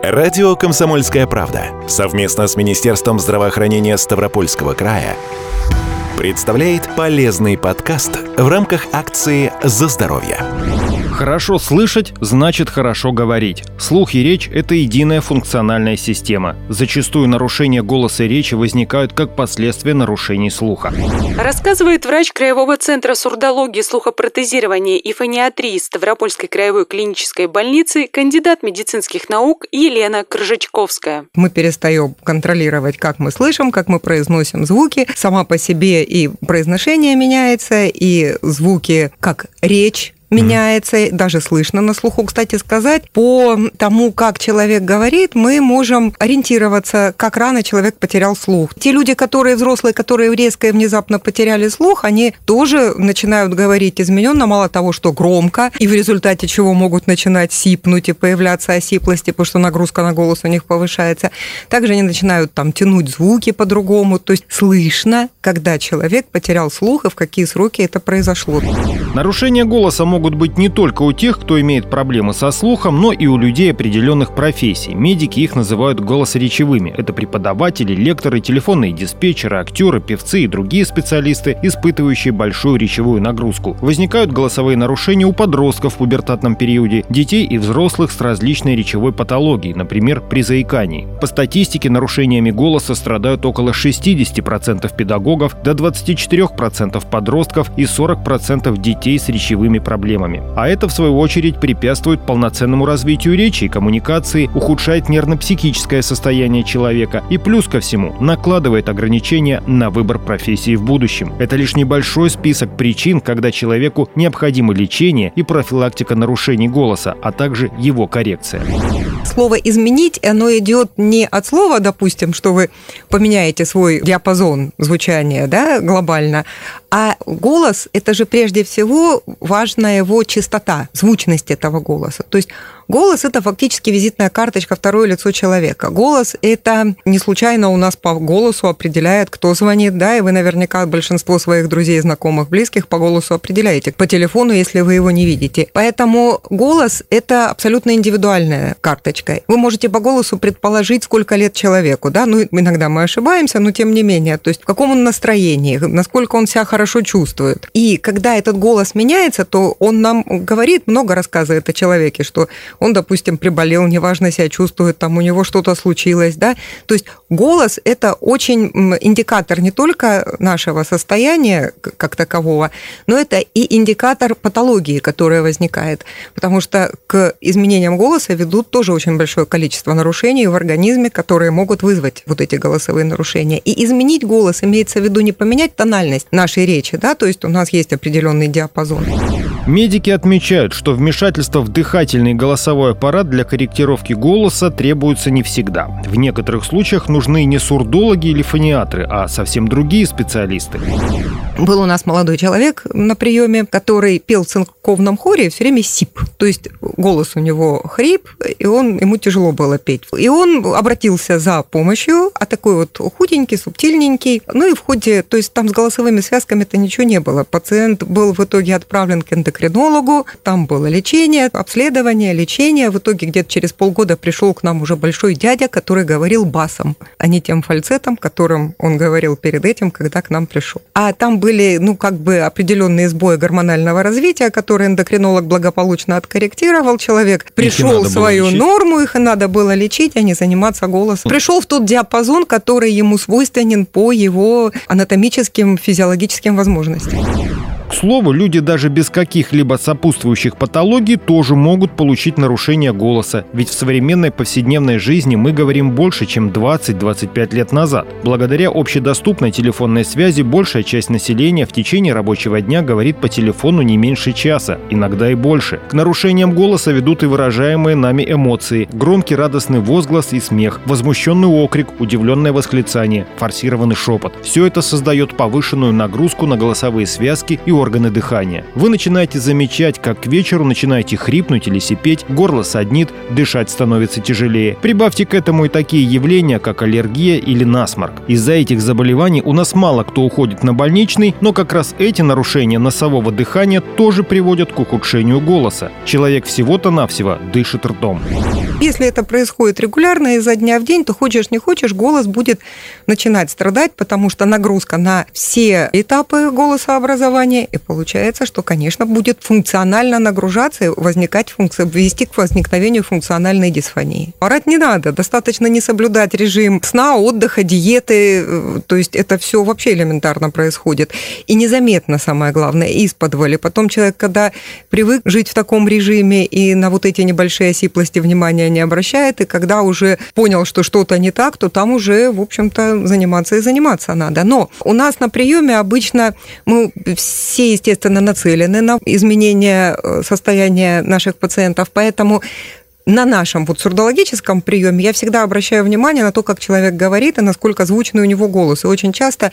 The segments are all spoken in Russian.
Радио «Комсомольская правда» совместно с Министерством здравоохранения Ставропольского края представляет полезный подкаст в рамках акции «За здоровье». Хорошо слышать – значит хорошо говорить. Слух и речь – это единая функциональная система. Зачастую нарушения голоса и речи возникают как последствия нарушений слуха. Рассказывает врач Краевого центра сурдологии, слухопротезирования и фониатрии Ставропольской краевой клинической больницы, кандидат медицинских наук Елена Крыжачковская. Мы перестаем контролировать, как мы слышим, как мы произносим звуки. Сама по себе и произношение меняется, и звуки, как речь, меняется, даже слышно на слуху. Кстати сказать, по тому, как человек говорит, мы можем ориентироваться, как рано человек потерял слух. Те люди, которые взрослые, которые резко и внезапно потеряли слух, они тоже начинают говорить измененно, мало того, что громко, и в результате чего могут начинать сипнуть и появляться осиплости, потому что нагрузка на голос у них повышается. Также они начинают тянуть звуки по-другому. То есть слышно, когда человек потерял слух и в какие сроки это произошло. Нарушения голоса могут быть не только у тех, кто имеет проблемы со слухом, но и у людей определенных профессий. Медики их называют голосоречевыми. Это преподаватели, лекторы, телефонные диспетчеры, актеры, певцы и другие специалисты, испытывающие большую речевую нагрузку. Возникают голосовые нарушения у подростков в пубертатном периоде, детей и взрослых с различной речевой патологией, например, при заикании. По статистике, нарушениями голоса страдают около 60% педагогов, до 24% подростков и 40% детей с речевыми проблемами. А это, в свою очередь, препятствует полноценному развитию речи и коммуникации, ухудшает нервно-психическое состояние человека и, плюс ко всему, накладывает ограничения на выбор профессии в будущем. Это лишь небольшой список причин, когда человеку необходимо лечение и профилактика нарушений голоса, а также его коррекция. Слово «изменить», оно идет не от слова, допустим, что вы поменяете свой диапазон звучания, глобально, а голос – это же прежде всего важна его чистота, звучность этого голоса. То есть голос – это фактически визитная карточка, второе лицо человека. Голос – это не случайно у нас по голосу определяет, кто звонит, и вы наверняка большинство своих друзей, знакомых, близких по голосу определяете, по телефону, если вы его не видите. Поэтому голос – это абсолютно индивидуальная карточка. Вы можете по голосу предположить, сколько лет человеку, иногда мы ошибаемся, но тем не менее, то есть в каком он настроении, насколько он себя хорошо чувствует. И когда этот голос меняется, то он нам говорит, много рассказывает о человеке, что он, допустим, приболел, неважно себя чувствует, у него что-то случилось, То есть голос – это очень индикатор не только нашего состояния как такового, но это и индикатор патологии, которая возникает, потому что к изменениям голоса ведут тоже очень большое количество нарушений в организме, которые могут вызвать вот эти голосовые нарушения. И изменить голос имеется в виду не поменять тональность нашей речи, то есть у нас есть определенный диапазон. Медики отмечают, что вмешательство в дыхательный и голосовой аппарат для корректировки голоса требуется не всегда. В некоторых случаях нужны не сурдологи или фониатры, а совсем другие специалисты. Был у нас молодой человек на приеме, который пел в церковном хоре и все время сип. То есть голос у него хрип, и ему тяжело было петь. И он обратился за помощью, а такой худенький, субтильненький. И в ходе, то есть там с голосовыми связками-то ничего не было. Пациент был в итоге отправлен к эндокринологу, там было лечение, обследование, лечение. В итоге где-то через полгода пришел к нам уже большой дядя, который говорил басом, а не тем фальцетом, которым он говорил перед этим, когда к нам пришел. А там были, определенные сбои гормонального развития, которые эндокринолог благополучно откорректировал. Человек пришел в свою норму, их надо было лечить, а не заниматься голосом. Пришел в тот диапазон, который ему свойственен по его анатомическим, физиологическим возможностям. К слову, люди даже без каких-либо сопутствующих патологий тоже могут получить нарушение голоса, ведь в современной повседневной жизни мы говорим больше, чем 20-25 лет назад. Благодаря общедоступной телефонной связи большая часть населения в течение рабочего дня говорит по телефону не меньше часа, иногда и больше. К нарушениям голоса ведут и выражаемые нами эмоции, громкий радостный возглас и смех, возмущенный окрик, удивленное восклицание, форсированный шепот. Все это создает повышенную нагрузку на голосовые связки и органы дыхания. Вы начинаете замечать, как к вечеру начинаете хрипнуть или сипеть, горло саднит, дышать становится тяжелее. Прибавьте к этому и такие явления, как аллергия или насморк. Из-за этих заболеваний у нас мало кто уходит на больничный, но как раз эти нарушения носового дыхания тоже приводят к ухудшению голоса. Человек всего-то-навсего дышит ртом. Если это происходит регулярно изо дня в день, то хочешь не хочешь, голос будет начинать страдать, потому что нагрузка на все этапы голосообразования, и получается, что, конечно, будет функционально нагружаться и вести к возникновению функциональной дисфонии. Орать не надо, достаточно не соблюдать режим сна, отдыха, диеты, то есть это все вообще элементарно происходит. И незаметно, самое главное, исподволь. Потом человек, когда привык жить в таком режиме и на вот эти небольшие осиплости внимания не обращает, и когда уже понял, что что-то не так, то там уже, в общем-то, заниматься надо. Но у нас на приеме обычно мы все, естественно, нацелены на изменение состояния наших пациентов, поэтому на нашем сурдологическом приеме я всегда обращаю внимание на то, как человек говорит и насколько звучный у него голос. И очень часто,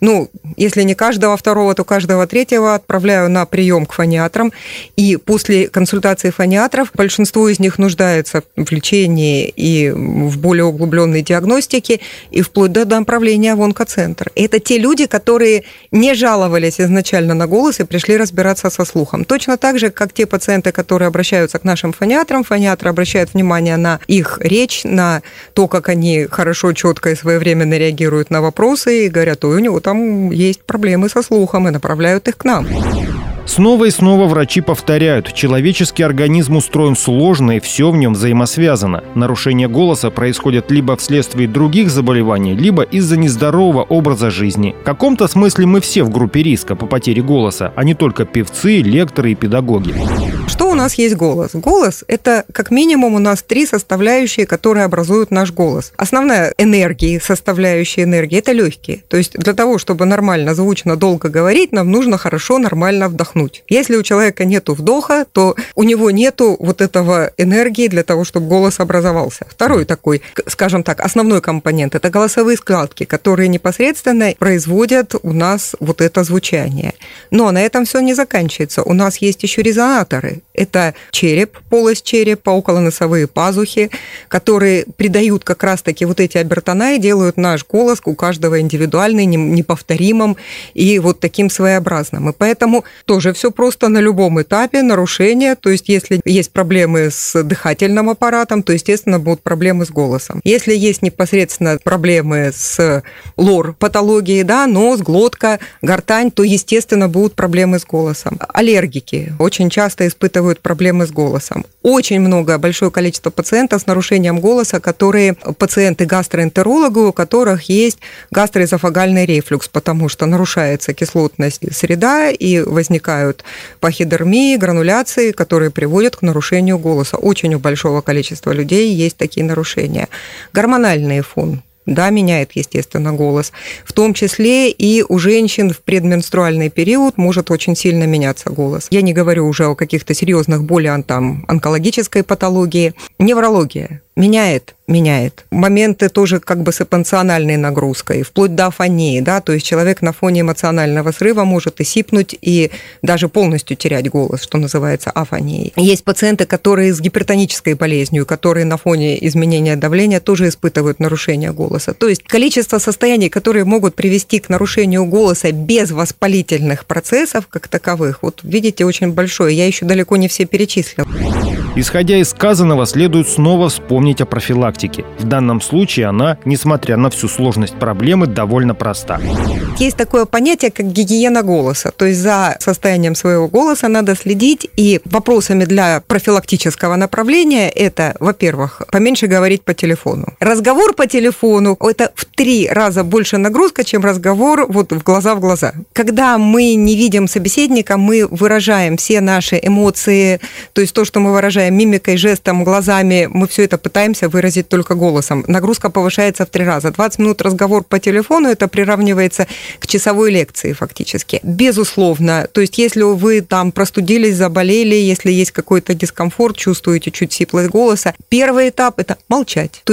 если не каждого второго, то каждого третьего отправляю на прием к фониатрам. И после консультации фониатров большинство из них нуждается в лечении и в более углубленной диагностике, и вплоть до направления в онкоцентр. И это те люди, которые не жаловались изначально на голос и пришли разбираться со слухом. Точно так же, как те пациенты, которые обращаются к нашим фониатрам, фониатры обращают внимание на их речь, на то, как они хорошо, четко и своевременно реагируют на вопросы и говорят, у него там есть проблемы со слухом, и направляют их к нам. Снова и снова врачи повторяют, человеческий организм устроен сложно и все в нем взаимосвязано. Нарушение голоса происходит либо вследствие других заболеваний, либо из-за нездорового образа жизни. В каком-то смысле мы все в группе риска по потере голоса, а не только певцы, лекторы и педагоги. Что у нас есть голос? Голос – это как минимум у нас 3 составляющие, которые образуют наш голос. Основная составляющая энергии – это легкие. То есть для того, чтобы нормально, звучно, долго говорить, нам нужно хорошо, нормально вдохнуть. Если у человека нету вдоха, то у него нету этого энергии для того, чтобы голос образовался. Второй такой, скажем так, основной компонент – это голосовые складки, которые непосредственно производят у нас это звучание. Но на этом все не заканчивается. У нас есть еще резонаторы. Это череп, полость черепа, околоносовые пазухи, которые придают как раз-таки эти обертона и делают наш голос у каждого индивидуальный, неповторимым и таким своеобразным. И поэтому тоже все просто на любом этапе нарушения. То есть если есть проблемы с дыхательным аппаратом, то, естественно, будут проблемы с голосом. Если есть непосредственно проблемы с лор-патологией, нос, глотка, гортань, то, естественно, будут проблемы с голосом. Аллергики очень часто испытывают проблемы с голосом. Очень большое количество пациентов с нарушением голоса, которые пациенты гастроэнтерологи, у которых есть гастроэзофагальный рефлюкс, потому что нарушается кислотная среда и возникают пахидермии, грануляции, которые приводят к нарушению голоса. Очень у большого количества людей есть такие нарушения. Гормональный фон. Меняет, естественно, голос. В том числе и у женщин в предменструальный период может очень сильно меняться голос. Я не говорю уже о каких-то серьезных более онкологической патологии. Неврология. Меняет. Моменты тоже с эмоциональной нагрузкой, вплоть до афонии, то есть человек на фоне эмоционального срыва может и сипнуть, и даже полностью терять голос, что называется афонией. Есть пациенты, которые с гипертонической болезнью, которые на фоне изменения давления тоже испытывают нарушение голоса. То есть количество состояний, которые могут привести к нарушению голоса без воспалительных процессов как таковых, видите, очень большое. Я еще далеко не все перечислила. Исходя из сказанного, следует снова вспомнить о профилактике. В данном случае она, несмотря на всю сложность проблемы, довольно проста. Есть такое понятие, как гигиена голоса. То есть за состоянием своего голоса надо следить. И вопросами для профилактического направления это, во-первых, поменьше говорить по телефону. Разговор по телефону – это в 3 раза больше нагрузка, чем разговор в глаза. Когда мы не видим собеседника, мы выражаем все наши эмоции, то есть то, что мы выражаем мимикой, жестом, глазами, мы все это пытаемся выразить только голосом. Нагрузка повышается в 3 раза. 20 минут разговор по телефону, это приравнивается к часовой лекции фактически. Безусловно. То есть если вы простудились, заболели, если есть какой-то дискомфорт, чувствуете чуть сиплость голоса, первый этап – это молчать. То есть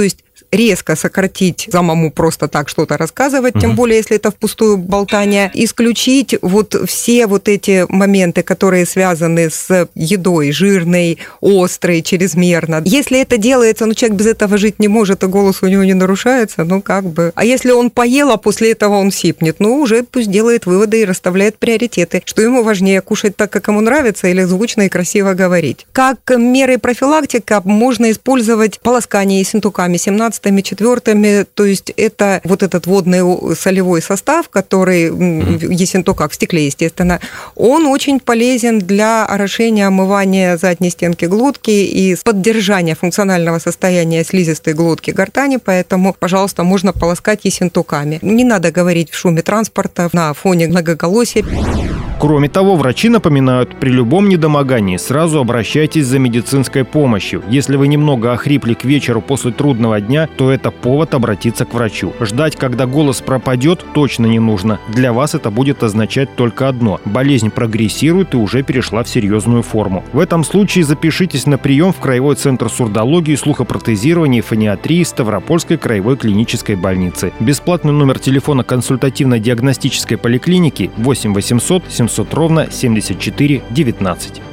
резко сократить самому просто так что-то рассказывать, тем более, если это впустую болтание, исключить вот все вот эти моменты, которые связаны с едой, жирной, острой, чрезмерно. Если это делается, человек без этого жить не может, и голос у него не нарушается, А если он поел, а после этого он сипнет, уже пусть делает выводы и расставляет приоритеты. Что ему важнее, кушать так, как ему нравится, или звучно и красиво говорить. Как меры профилактика можно использовать полоскание ессентуками 17-ми, 4-ми, то есть это вот этот водный солевой состав, который в ессентуках, в стекле, естественно, он очень полезен для орошения, омывания задней стенки глотки и поддержания функционального состояния слизистой глотки гортани, поэтому, пожалуйста, можно полоскать ессентуками. Не надо говорить в шуме транспорта, на фоне многоголосия. Кроме того, врачи напоминают, при любом недомогании сразу обращайтесь за медицинской помощью. Если вы немного охрипли к вечеру после трудного дня, то это повод обратиться к врачу. Ждать, когда голос пропадет, точно не нужно. Для вас это будет означать только одно – болезнь прогрессирует и уже перешла в серьезную форму. В этом случае запишитесь на прием в Краевой центр сурдологии, слухопротезирования и фониатрии Ставропольской краевой клинической больницы. Бесплатный номер телефона консультативно-диагностической поликлиники 8 800 700 ровно 74 19.